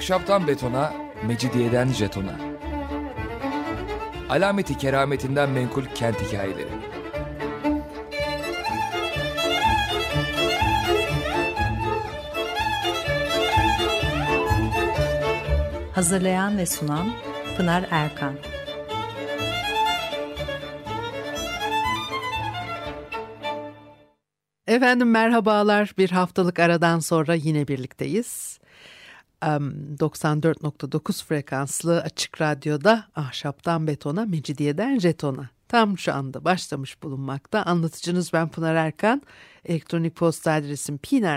Ahşaptan betona, mecidiyeden jetona. Alameti kerametinden menkul kent hikayeleri. Hazırlayan ve sunan Pınar Erkan. Efendim merhabalar. Bir haftalık aradan sonra yine birlikteyiz. 94.9 frekanslı Açık Radyo'da Ahşaptan Betona, Mecidiyeden Jeton'a tam şu anda başlamış bulunmakta. Anlatıcınız ben Pınar Erkan. Elektronik posta adresim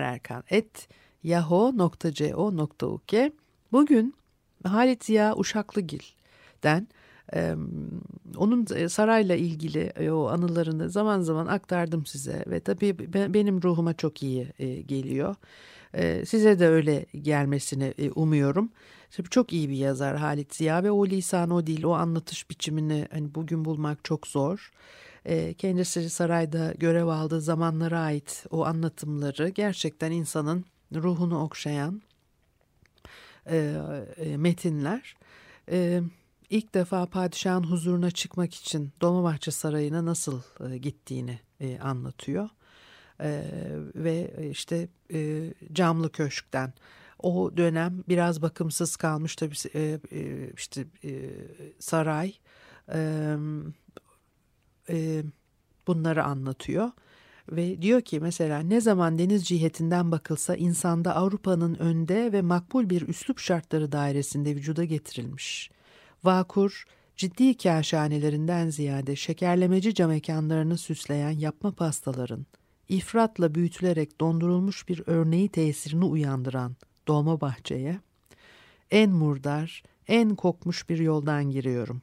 pinarerkan@yahoo.co.uk. Bugün Halit Ziya Uşaklıgil'den onun sarayla ilgili o anılarını zaman zaman aktardım size ve tabii benim ruhuma çok iyi geliyor. Size de öyle gelmesini umuyorum. Tabii çok iyi bir yazar Halit Ziya ve o lisan, o dil, o anlatış biçimini hani bugün bulmak çok zor. Kendisi sarayda görev aldığı zamanlara ait o anlatımları gerçekten insanın ruhunu okşayan metinler. İlk defa padişahın huzuruna çıkmak için Dolmabahçe Sarayı'na nasıl gittiğini anlatıyor. Ve işte Camlı Köşk'ten o dönem biraz bakımsız kalmış tabii saray bunları anlatıyor. Ve diyor ki mesela ne zaman deniz cihetinden bakılsa insanda Avrupa'nın önde ve makbul bir üslup şartları dairesinde vücuda getirilmiş. Vakur, ciddi kaşhanelerinden ziyade şekerlemeci camekanlarını süsleyen yapma pastaların, ifratla büyütülerek dondurulmuş bir örneği tesirini uyandıran Dolmabahçe'ye, en murdar, en kokmuş bir yoldan giriyorum.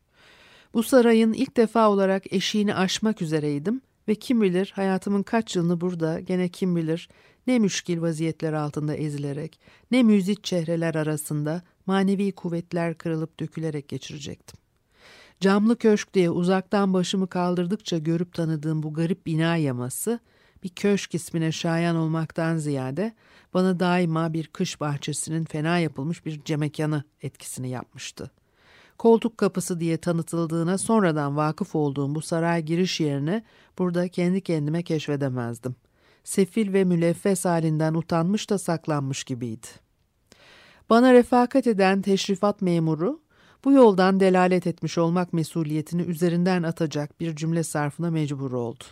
Bu sarayın ilk defa olarak eşiğini aşmak üzereydim ve kim bilir hayatımın kaç yılını burada gene kim bilir ne müşkil vaziyetler altında ezilerek, ne müzit çehreler arasında manevi kuvvetler kırılıp dökülerek geçirecektim. Camlı Köşk diye uzaktan başımı kaldırdıkça görüp tanıdığım bu garip bina yaması, bir köşk ismine şayan olmaktan ziyade bana daima bir kış bahçesinin fena yapılmış bir camekanı etkisini yapmıştı. Koltuk kapısı diye tanıtıldığına sonradan vakıf olduğum bu saray giriş yerini burada kendi kendime keşfedemezdim. Sefil ve müleffes halinden utanmış da saklanmış gibiydi. Bana refakat eden teşrifat memuru, bu yoldan delalet etmiş olmak mesuliyetini üzerinden atacak bir cümle sarfına mecbur oldu.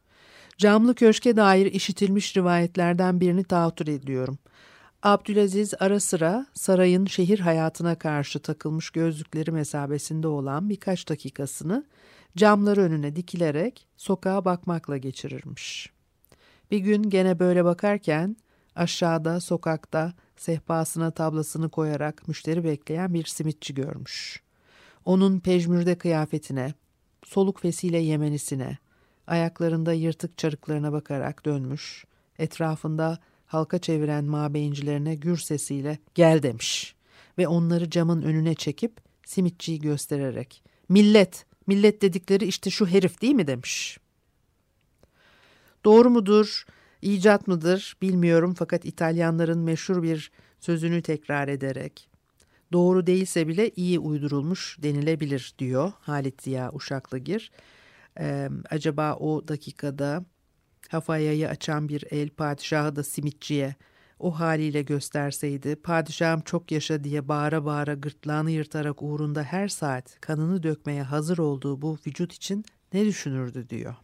Camlı Köşk'e dair işitilmiş rivayetlerden birini tahattür ediyorum. Abdülaziz ara sıra sarayın şehir hayatına karşı takılmış gözlükleri mesabesinde olan birkaç dakikasını camları önüne dikilerek sokağa bakmakla geçirirmiş. Bir gün gene böyle bakarken aşağıda sokakta sehpasına tablasını koyarak müşteri bekleyen bir simitçi görmüş. Onun pejmürde kıyafetine, soluk fesiyle yemenisine, ayaklarında yırtık çarıklarına bakarak dönmüş, etrafında halka çeviren mabeyincilerine gür sesiyle gel demiş ve onları camın önüne çekip simitçiyi göstererek millet dedikleri işte şu herif değil mi demiş. Doğru mudur, icat mıdır bilmiyorum fakat İtalyanların meşhur bir sözünü tekrar ederek doğru değilse bile iyi uydurulmuş denilebilir diyor Halit Ziya Uşaklıgil. Acaba o dakikada hafayayı açan bir el padişahı da simitçiye o haliyle gösterseydi, padişahım çok yaşa diye bağıra bağıra gırtlağını yırtarak uğrunda her saat kanını dökmeye hazır olduğu bu vücut için ne düşünürdü diyor.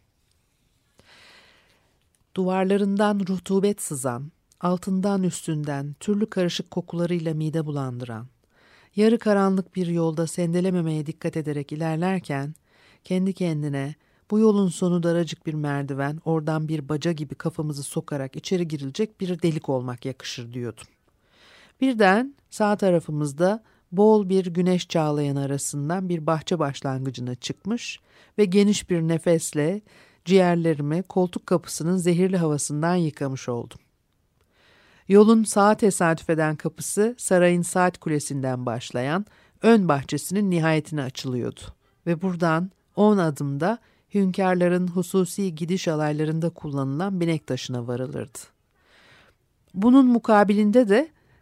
Duvarlarından rutubet sızan, altından üstünden türlü karışık kokularıyla mide bulandıran, yarı karanlık bir yolda sendelememeye dikkat ederek ilerlerken kendi kendine bu yolun sonu daracık bir merdiven, oradan bir baca gibi kafamızı sokarak içeri girilecek bir delik olmak yakışır diyordum. Birden sağ tarafımızda bol bir güneş çağlayanı arasından bir bahçe başlangıcına çıkmış ve geniş bir nefesle ciğerlerimi koltuk kapısının zehirli havasından yıkamış oldum. Yolun sağa tesadüf eden kapısı sarayın saat kulesinden başlayan ön bahçesinin nihayetine açılıyordu ve buradan 10 adımda hünkârların hususi gidiş alaylarında kullanılan binek taşına varılırdı. Bunun mukabilinde de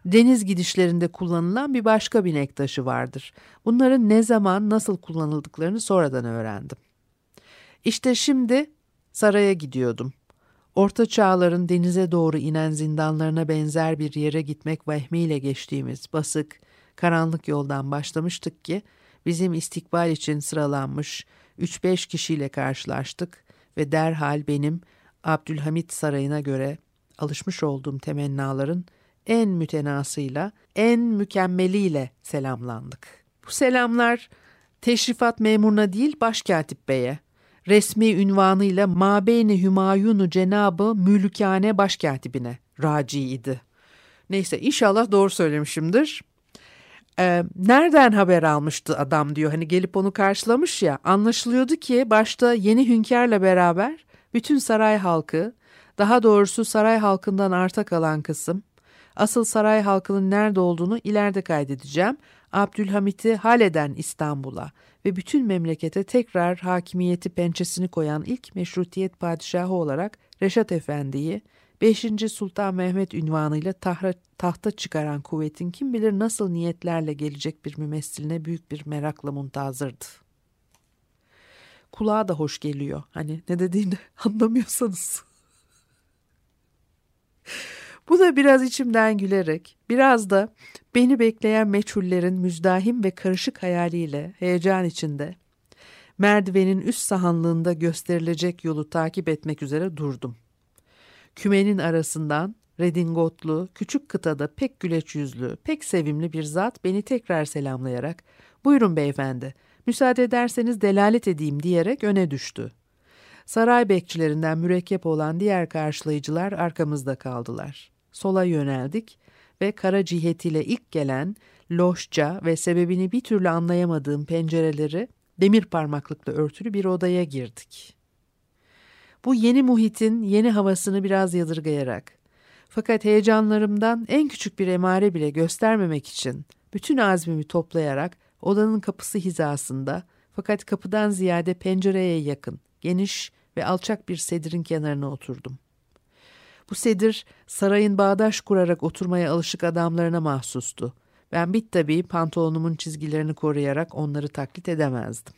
deniz gidişlerinde kullanılan bir başka binek taşı vardır. Bunların ne zaman nasıl kullanıldıklarını sonradan öğrendim. İşte şimdi saraya gidiyordum. Orta çağların denize doğru inen zindanlarına benzer bir yere gitmek vehmiyle geçtiğimiz basık, karanlık yoldan başlamıştık ki bizim istikbal için sıralanmış 3-5 kişiyle karşılaştık ve derhal benim Abdülhamit Sarayı'na göre alışmış olduğum temennaların en mütenasıyla, en mükemmeliyle selamlandık. Bu selamlar teşrifat memuruna değil Başkatip Bey'e, resmi ünvanıyla Mabeyni Hümayunu Cenabı Mülkâne Başkatibine raci idi. Neyse inşallah doğru söylemişimdir. Nereden haber almıştı adam diyor. Hani gelip onu karşılamış ya. Anlaşılıyordu ki başta yeni hünkârla beraber bütün saray halkı, daha doğrusu saray halkından arta kalan kısım, asıl saray halkının nerede olduğunu ileride kaydedeceğim. Abdülhamit'i haleden İstanbul'a ve bütün memlekete tekrar hakimiyeti pençesini koyan ilk meşrutiyet padişahı olarak Reşat Efendi'yi 5. Sultan Mehmet ünvanıyla tahta çıkaran kuvvetin kim bilir nasıl niyetlerle gelecek bir mümessiline büyük bir merakla muntazırdı. Kulağa da hoş geliyor. Hani ne dediğini anlamıyorsanız. Bu da biraz içimden gülerek, biraz da beni bekleyen meçhullerin müzdahim ve karışık hayaliyle heyecan içinde merdivenin üst sahanlığında gösterilecek yolu takip etmek üzere durdum. Kümenin arasından redingotlu, küçük kıtada pek güleç yüzlü, pek sevimli bir zat beni tekrar selamlayarak "Buyurun beyefendi, müsaade ederseniz delalet edeyim" diyerek öne düştü. Saray bekçilerinden mürekkep olan diğer karşılayıcılar arkamızda kaldılar. Sola yöneldik ve kara cihetiyle ilk gelen, loşça ve sebebini bir türlü anlayamadığım pencereleri demir parmaklıkla örtülü bir odaya girdik. Bu yeni muhitin yeni havasını biraz yadırgayarak, fakat heyecanlarımdan en küçük bir emare bile göstermemek için bütün azmimi toplayarak odanın kapısı hizasında, fakat kapıdan ziyade pencereye yakın, geniş ve alçak bir sedirin kenarına oturdum. Bu sedir sarayın bağdaş kurarak oturmaya alışık adamlarına mahsustu. Ben tabii pantolonumun çizgilerini koruyarak onları taklit edemezdim.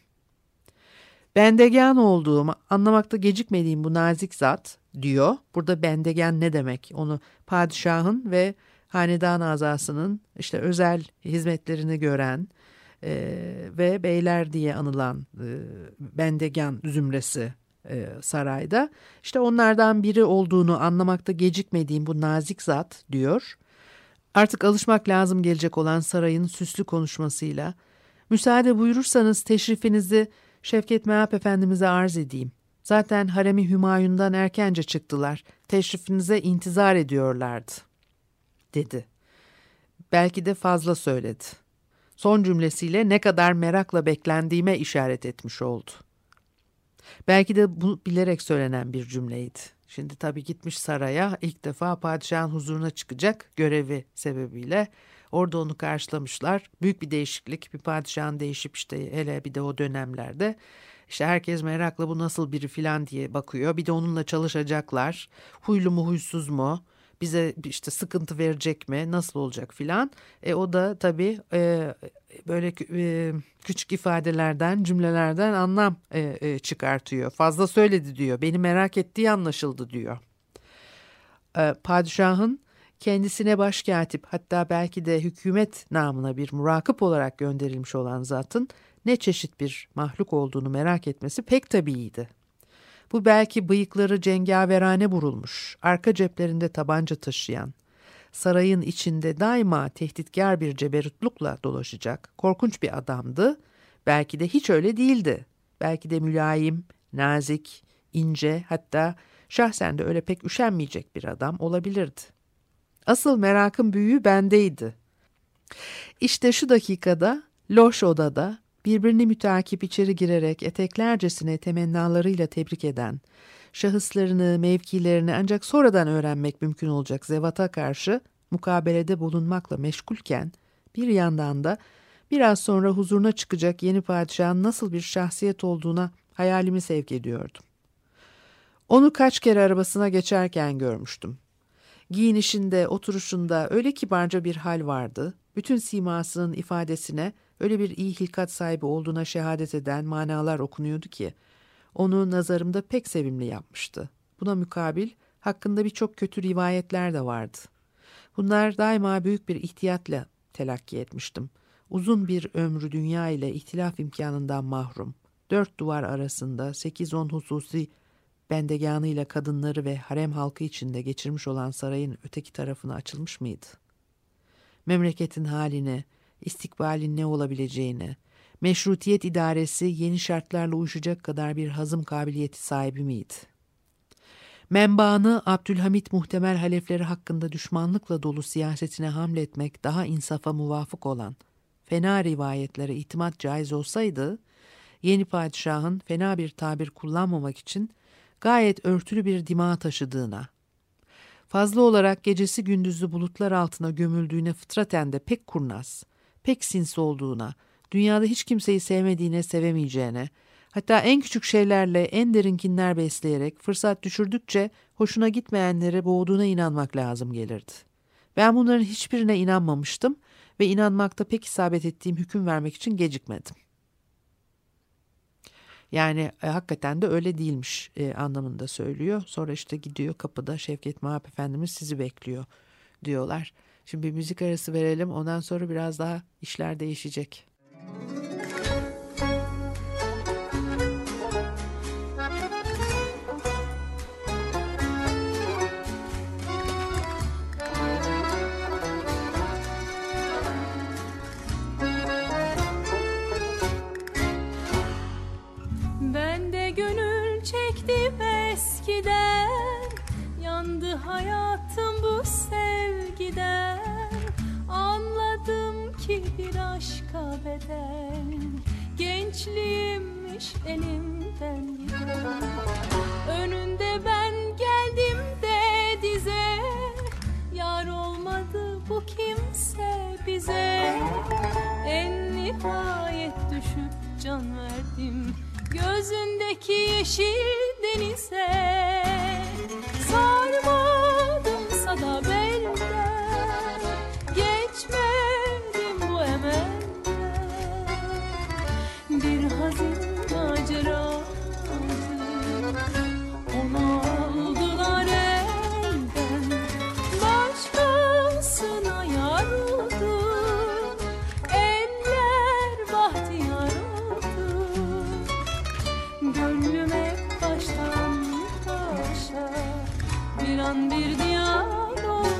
Bendegân olduğumu anlamakta gecikmediğim bu nazik zat diyor. Burada bendegân ne demek? Onu padişahın ve hanedan azasının işte özel hizmetlerini gören ve beyler diye anılan bendegân zümresi sarayda. İşte onlardan biri olduğunu anlamakta gecikmediğim bu nazik zat diyor. Artık alışmak lazım gelecek olan sarayın süslü konuşmasıyla müsaade buyurursanız teşrifinizi Şevket Meap Efendimiz'e arz edeyim. Zaten Harem-i Hümayun'dan erkence çıktılar. Teşrifinize intizar ediyorlardı, dedi. Belki de fazla söyledi. Son cümlesiyle ne kadar merakla beklendiğime işaret etmiş oldu. Belki de bu bilerek söylenen bir cümleydi. Şimdi tabii gitmiş saraya, ilk defa padişahın huzuruna çıkacak görevi sebebiyle. Orada onu karşılamışlar. Büyük bir değişiklik, bir padişahın değişip işte hele bir de o dönemlerde. İşte herkes merakla bu nasıl biri filan diye bakıyor. Bir de onunla çalışacaklar. Huylu mu huysuz mu? Bize işte sıkıntı verecek mi? Nasıl olacak filan. O da tabii böyle küçük ifadelerden, cümlelerden anlam çıkartıyor. Fazla söyledi diyor. Beni merak ettiği anlaşıldı diyor. Padişahın kendisine başkatip, hatta belki de hükümet namına bir murakip olarak gönderilmiş olan zatın ne çeşit bir mahluk olduğunu merak etmesi pek tabiiydi. Bu belki bıyıkları cengaverane vurulmuş, arka ceplerinde tabanca taşıyan, sarayın içinde daima tehditkar bir ceberutlukla dolaşacak korkunç bir adamdı. Belki de hiç öyle değildi. Belki de mülayim, nazik, ince, hatta şahsen de öyle pek üşenmeyecek bir adam olabilirdi. Asıl merakın büyüğü bendeydi. İşte şu dakikada, loş odada, birbirini müteakip içeri girerek eteklercesine temennalarıyla tebrik eden, şahıslarını, mevkilerini ancak sonradan öğrenmek mümkün olacak zevata karşı mukabelede bulunmakla meşgulken, bir yandan da biraz sonra huzuruna çıkacak yeni padişahın nasıl bir şahsiyet olduğuna hayalimi sevk ediyordum. Onu kaç kere arabasına geçerken görmüştüm. Giyinişinde, oturuşunda öyle kibarca bir hal vardı. Bütün simasının ifadesine öyle bir iyi hilkat sahibi olduğuna şehadet eden manalar okunuyordu ki, onu nazarımda pek sevimli yapmıştı. Buna mukabil hakkında birçok kötü rivayetler de vardı. Bunlar daima büyük bir ihtiyatla telakki etmiştim. Uzun bir ömrü dünya ile ihtilaf imkanından mahrum, 4 duvar arasında 8-10 hususi bendeganıyla kadınları ve harem halkı içinde geçirmiş olan sarayın öteki tarafına açılmış mıydı? Memleketin halini, istikbalin ne olabileceğini, meşrutiyet idaresi yeni şartlarla uyuşacak kadar bir hazım kabiliyeti sahibi miydi? Menbaını Abdülhamit muhtemel halefleri hakkında düşmanlıkla dolu siyasetine hamletmek daha insafa muvafık olan fena rivayetlere itimat caiz olsaydı, yeni padişahın fena bir tabir kullanmamak için gayet örtülü bir dima taşıdığına, fazla olarak gecesi gündüzlü bulutlar altına gömüldüğüne fıtraten de pek kurnaz, pek sinsi olduğuna, dünyada hiç kimseyi sevmediğine, sevemeyeceğine, hatta en küçük şeylerle en derin kinler besleyerek fırsat düşürdükçe hoşuna gitmeyenlere boğduğuna inanmak lazım gelirdi. Ben bunların hiçbirine inanmamıştım ve inanmakta pek isabet ettiğim hüküm vermek için gecikmedim. Yani hakikaten de öyle değilmiş anlamında söylüyor. Sonra işte gidiyor, kapıda Şevket Mahap Efendimiz sizi bekliyor diyorlar. Şimdi bir müzik arası verelim, ondan sonra biraz daha işler değişecek. Eskiden yandı hayatım bu sevgiden, anladım ki bir aşka bedel, gençliğimmiş elimden giden. Önünde ben geldim de dize, yar olmadı bu kimse bize. En nihayet düşüp can verdim gözündeki yeşil denize. Sarmadımsa da belden, geçmedim bu emelden. Bir hazin maceraydı, onu aldılar elden. Başkasına yar oldu, eller bahtiyar oldu. Gönlüme baştan başa bir an bir diyar oldu.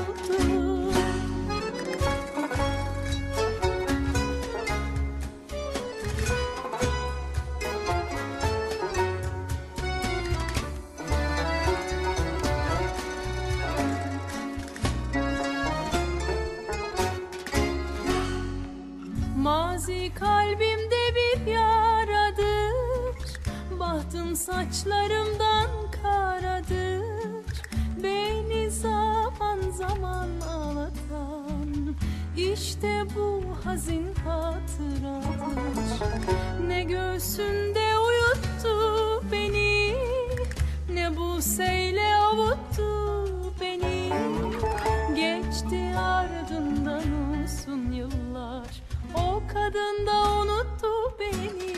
Mazi kalbimde bir yaradır, bahtım saçlarımdan karadır. Beni zaman zaman ağlatan işte bu hazin hatıradır. Ne göğsünde uyuttu beni, ne bu seyle avuttu beni. Geçti ardından uzun yıllar, o kadın da unuttu beni.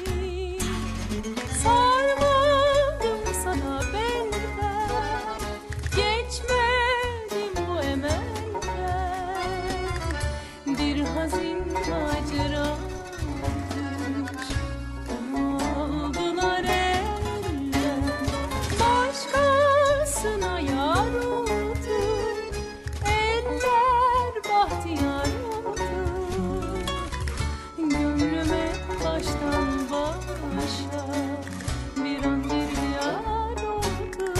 Sarmadım sana benden, geçmedim bu emelden. Bir hazin maceradır, onu aldılar elden. Başkasına yar oldu, eller bahtiyar oldu. Gönlüme baştan başa bir an bir yar oldu.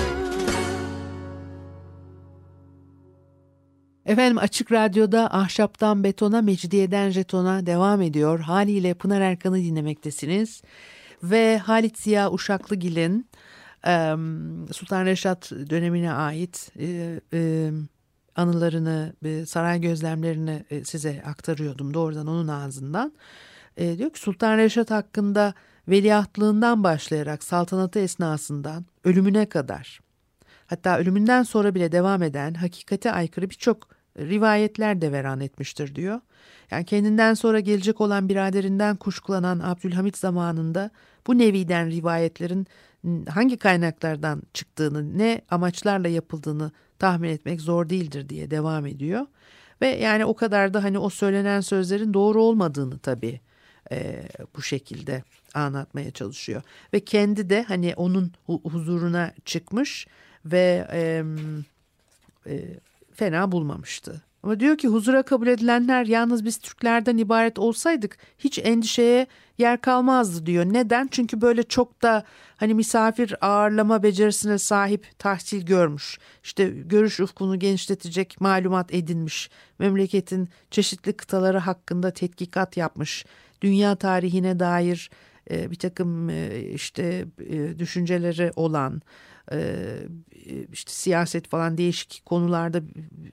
Efendim, Açık Radyo'da Ahşaptan Betona, Mecidiyeden Jeton'a devam ediyor. Haliyle Pınar Erkan'ı dinlemektesiniz. Ve Halit Ziya Uşaklıgil'in Sultan Reşat dönemine ait anılarını, saray gözlemlerini size aktarıyordum doğrudan onun ağzından. Diyor ki Sultan Reşat hakkında veliahtlığından başlayarak saltanatı esnasından ölümüne kadar, Hatta ölümünden sonra bile devam eden hakikate aykırı birçok rivayetler deveran etmiştir diyor. Yani kendinden sonra gelecek olan biraderinden kuşkulanan Abdülhamit zamanında bu neviden rivayetlerin hangi kaynaklardan çıktığını, ne amaçlarla yapıldığını tahmin etmek zor değildir diye devam ediyor. Ve yani o kadar da hani o söylenen sözlerin doğru olmadığını tabii bu şekilde anlatmaya çalışıyor. Ve kendi de hani onun huzuruna çıkmış ve fena bulmamıştı. Ama diyor ki huzura kabul edilenler yalnız biz Türklerden ibaret olsaydık hiç endişeye yer kalmazdı diyor. Neden? Çünkü böyle çok da hani misafir ağırlama becerisine sahip, tahsil görmüş, işte görüş ufkunu genişletecek malumat edinmiş, memleketin çeşitli kıtaları hakkında tetkikat yapmış, dünya tarihine dair bir takım düşünceleri olan, işte siyaset falan değişik konularda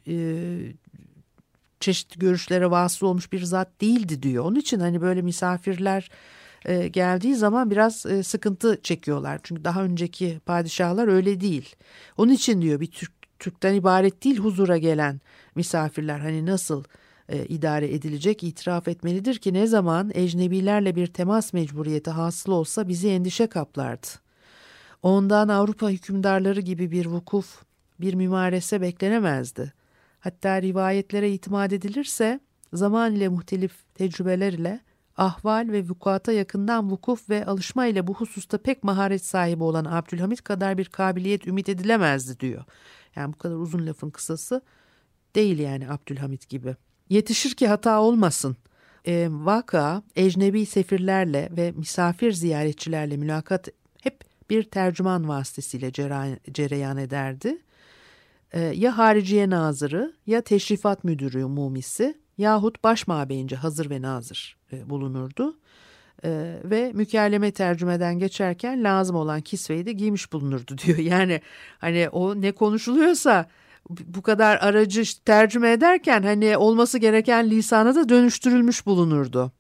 çeşitli görüşlere vasıl olmuş bir zat değildi diyor. Onun için hani böyle misafirler geldiği zaman biraz sıkıntı çekiyorlar. Çünkü daha önceki padişahlar öyle değil. Onun için diyor bir Türk'ten ibaret değil huzura gelen misafirler hani nasıl idare edilecek itiraf etmelidir ki ne zaman ecnebilerle bir temas mecburiyeti hasıl olsa bizi endişe kaplardı. Ondan Avrupa hükümdarları gibi bir vukuf, bir mümarese beklenemezdi. Hatta rivayetlere itimat edilirse zaman ile muhtelif tecrübeler ile ahval ve vukuata yakından vukuf ve alışma ile bu hususta pek maharet sahibi olan Abdülhamit kadar bir kabiliyet ümit edilemezdi diyor. Yani bu kadar uzun lafın kısası değil yani Abdülhamit gibi. Yetişir ki hata olmasın. Vaka ecnebi sefirlerle ve misafir ziyaretçilerle mülakat hep bir tercüman vasıtasıyla cereyan ederdi. Ya hariciye nazırı ya teşrifat müdürü mumisi yahut başmabeyince hazır ve nazır bulunurdu. Ve mükelleme tercümeden geçerken lazım olan kisveyi de giymiş bulunurdu diyor. Yani hani o ne konuşuluyorsa bu kadar aracı tercüme ederken hani olması gereken lisana da dönüştürülmüş bulunurdu.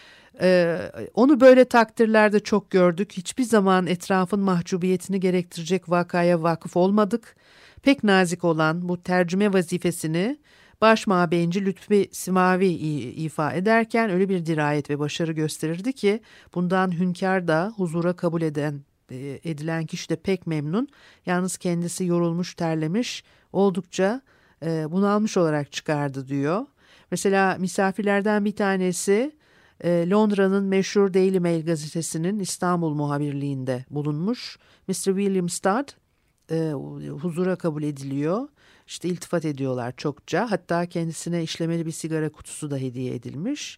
Onu böyle takdirlerde çok gördük. Hiçbir zaman etrafın mahcubiyetini gerektirecek vakaya vakıf olmadık. Pek nazik olan bu tercüme vazifesini başmabeyinci Lütfi Simavi ifa ederken öyle bir dirayet ve başarı gösterirdi ki bundan hünkâr da huzura kabul edilen kişi de pek memnun. Yalnız kendisi yorulmuş, terlemiş, oldukça bunalmış olarak çıkardı diyor. Mesela misafirlerden bir tanesi Londra'nın meşhur Daily Mail gazetesinin İstanbul muhabirliğinde bulunmuş. Mr. William Studd huzura kabul ediliyor. İşte iltifat ediyorlar çokça. Hatta kendisine işlemeli bir sigara kutusu da hediye edilmiş.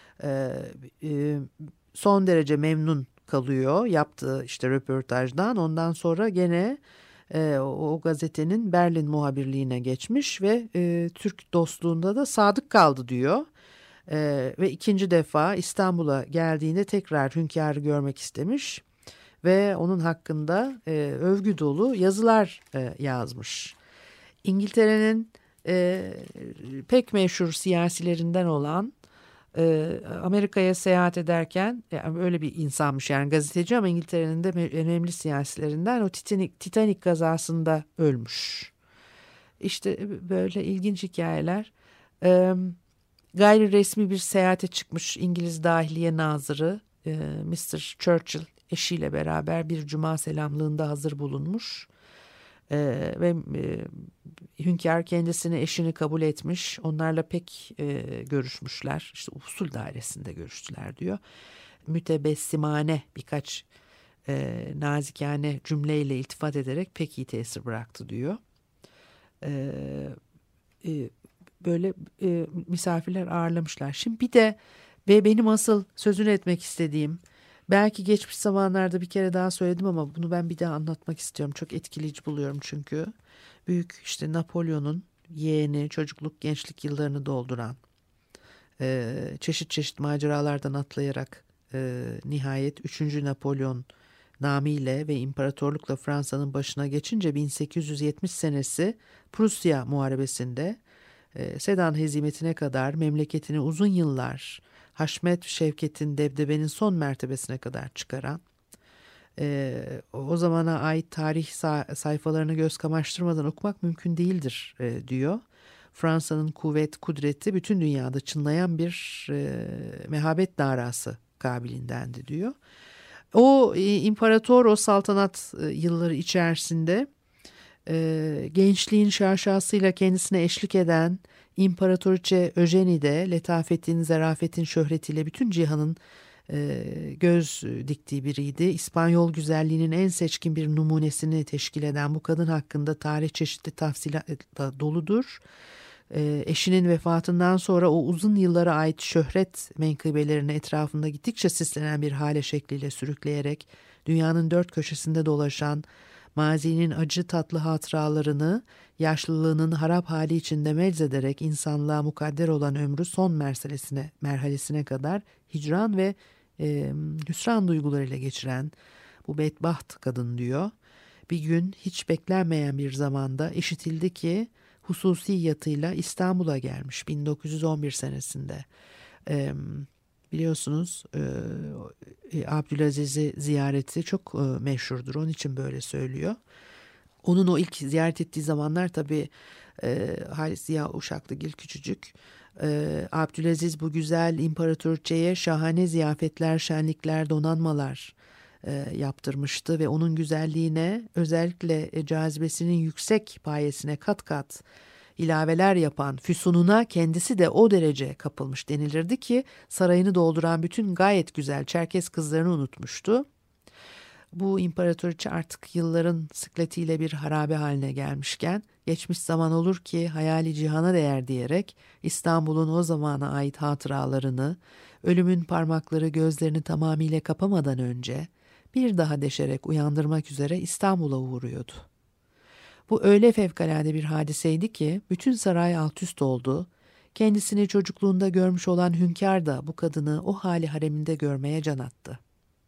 Son derece memnun kalıyor yaptığı işte röportajdan. Ondan sonra gene o gazetenin Berlin muhabirliğine geçmiş ve Türk dostluğunda da sadık kaldı diyor. Ve ikinci defa İstanbul'a geldiğinde tekrar hünkârı görmek istemiş ve onun hakkında övgü dolu yazılar yazmış. İngiltere'nin pek meşhur siyasilerinden olan Amerika'ya seyahat ederken yani öyle bir insanmış yani gazeteci ama İngiltere'nin de önemli siyasilerinden o Titanic kazasında ölmüş. İşte böyle ilginç hikayeler. Gayri resmi bir seyahate çıkmış İngiliz Dahiliye Nazırı Mr. Churchill eşiyle beraber bir cuma selamlığında hazır bulunmuş. Ve hünkâr kendisini eşini kabul etmiş. Onlarla pek görüşmüşler. İşte usul dairesinde görüştüler diyor. Mütebessimane birkaç nazikane cümleyle iltifat ederek pek iyi tesir bıraktı diyor. Böyle misafirler ağırlamışlar. Şimdi bir de ve benim asıl sözünü etmek istediğim belki geçmiş zamanlarda bir kere daha söyledim ama bunu ben bir daha anlatmak istiyorum. Çok etkileyici buluyorum çünkü. Büyük işte Napolyon'un yeğeni çocukluk gençlik yıllarını dolduran çeşit çeşit maceralardan atlayarak nihayet 3. Napolyon namıyla ve imparatorlukla Fransa'nın başına geçince 1870 senesi Prusya Muharebesi'nde Sedan hezimetine kadar memleketini uzun yıllar Haşmet Şevket'in debdebenin son mertebesine kadar çıkaran O zamana ait tarih sayfalarını göz kamaştırmadan okumak mümkün değildir diyor. Fransa'nın kuvvet, kudreti bütün dünyada çınlayan bir mehabet narası kabilindendi diyor. O imparator, o saltanat yılları içerisinde gençliğin şaşasıyla kendisine eşlik eden İmparatoriçe Eugenie de letafetin, zarafetin şöhretiyle bütün cihanın göz diktiği biriydi. İspanyol güzelliğinin en seçkin bir numunesini teşkil eden bu kadın hakkında tarih çeşitli tafsilatla doludur. Eşinin vefatından sonra o uzun yıllara ait şöhret menkıbelerini etrafında gittikçe sislenen bir hale şekliyle sürükleyerek dünyanın dört köşesinde dolaşan mazinin acı tatlı hatıralarını yaşlılığının harap hali içinde meczederek insanlığa mukadder olan ömrü son merhalesine kadar hicran ve hüsran duygularıyla geçiren bu bedbaht kadın diyor. Bir gün hiç beklenmeyen bir zamanda işitildi ki hususi yatıyla İstanbul'a gelmiş 1911 senesinde. Biliyorsunuz Abdülaziz'i ziyareti çok meşhurdur. Onun için böyle söylüyor. Onun o ilk ziyaret ettiği zamanlar tabii Halis Ziya Uşaklıgil küçücük. Abdülaziz bu güzel imparatoriçeye şahane ziyafetler, şenlikler, donanmalar yaptırmıştı ve onun güzelliğine özellikle cazibesinin yüksek payesine kat kat ilaveler yapan Füsun'una kendisi de o derece kapılmış denilirdi ki sarayını dolduran bütün gayet güzel Çerkes kızlarını unutmuştu. Bu imparatoriçe artık yılların sıkletiyle bir harabe haline gelmişken geçmiş zaman olur ki hayali cihana değer diyerek İstanbul'un o zamana ait hatıralarını ölümün parmakları gözlerini tamamıyla kapamadan önce bir daha deşerek uyandırmak üzere İstanbul'a uğruyordu. Bu öyle fevkalade bir hadiseydi ki bütün saray alt üst oldu. Kendisini çocukluğunda görmüş olan hünkâr da bu kadını o hali hareminde görmeye can attı.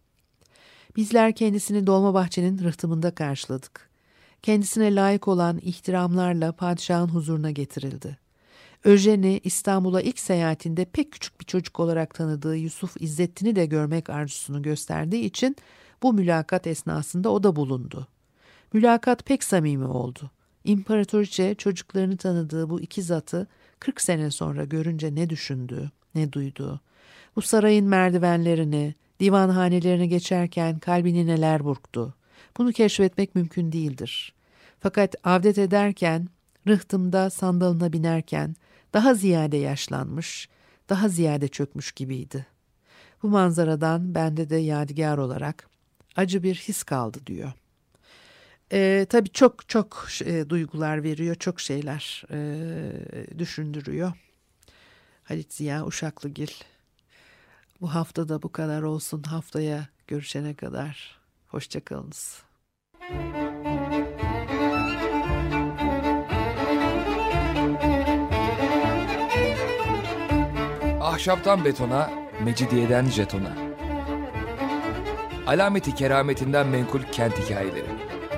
Bizler kendisini Dolmabahçe'nin rıhtımında karşıladık. Kendisine layık olan ihtiramlarla padişahın huzuruna getirildi. Eugenie İstanbul'a ilk seyahatinde pek küçük bir çocuk olarak tanıdığı Yusuf İzzettin'i de görmek arzusunu gösterdiği için bu mülakat esnasında o da bulundu. Mülakat pek samimi oldu. İmparatoriçe çocuklarını tanıdığı bu iki zatı 40 sene sonra görünce ne düşündü, ne duydu. Bu sarayın merdivenlerini, divanhanelerini geçerken kalbini neler burktu. Bunu keşfetmek mümkün değildir. Fakat avdet ederken, rıhtımda sandalına binerken daha ziyade yaşlanmış, daha ziyade çökmüş gibiydi. Bu manzaradan bende de yadigar olarak acı bir his kaldı diyor. Tabii çok duygular veriyor, çok şeyler düşündürüyor. Halit Ziya Uşaklıgil. Bu hafta da bu kadar olsun. Haftaya görüşene kadar hoşça kalınız. Ahşaptan betona, mecidiyeden jetona. Alameti kerametinden menkul kent hikayeleri.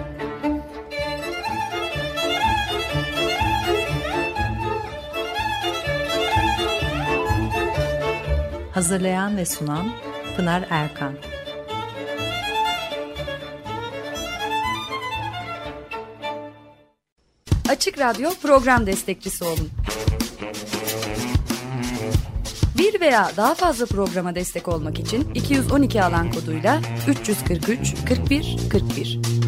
Hazırlayan ve sunan Pınar Erkan. Açık Radyo program destekçisi olun. Bir veya daha fazla programa destek olmak için 212 alan koduyla 343 41 41.